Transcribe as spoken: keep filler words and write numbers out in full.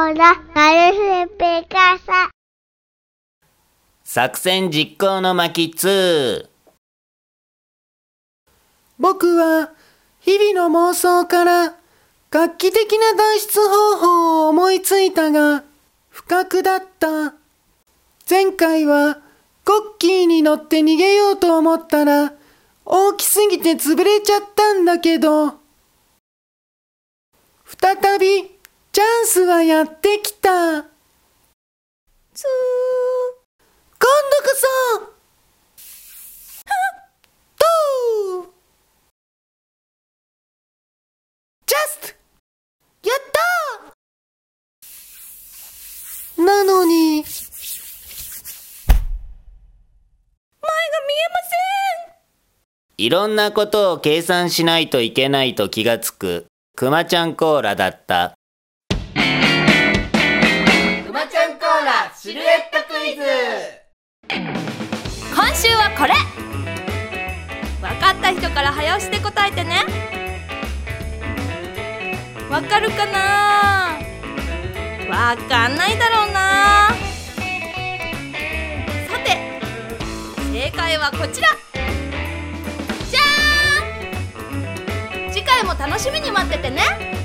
ラガルフペカサ。 作戦実行の巻に。 僕は日々の妄想から画期的な脱出方法を思いついたが不覚だった。前回はコッキーに乗って逃げようと思ったら大きすぎて潰れちゃったんだけど、再びチャンスはやってきた。 つー今度こそとうジャストやったーなのにいろんなことを計算しないといけないと気がつくくまちゃんコーラだった。 くまちゃんコーラシルエットクイズ。 今週はこれ。分かった人から早押しで答えてね。わかるかな？わかんないだろうな。さて、正解はこちら。じゃーん！次回も楽しみに待っててね。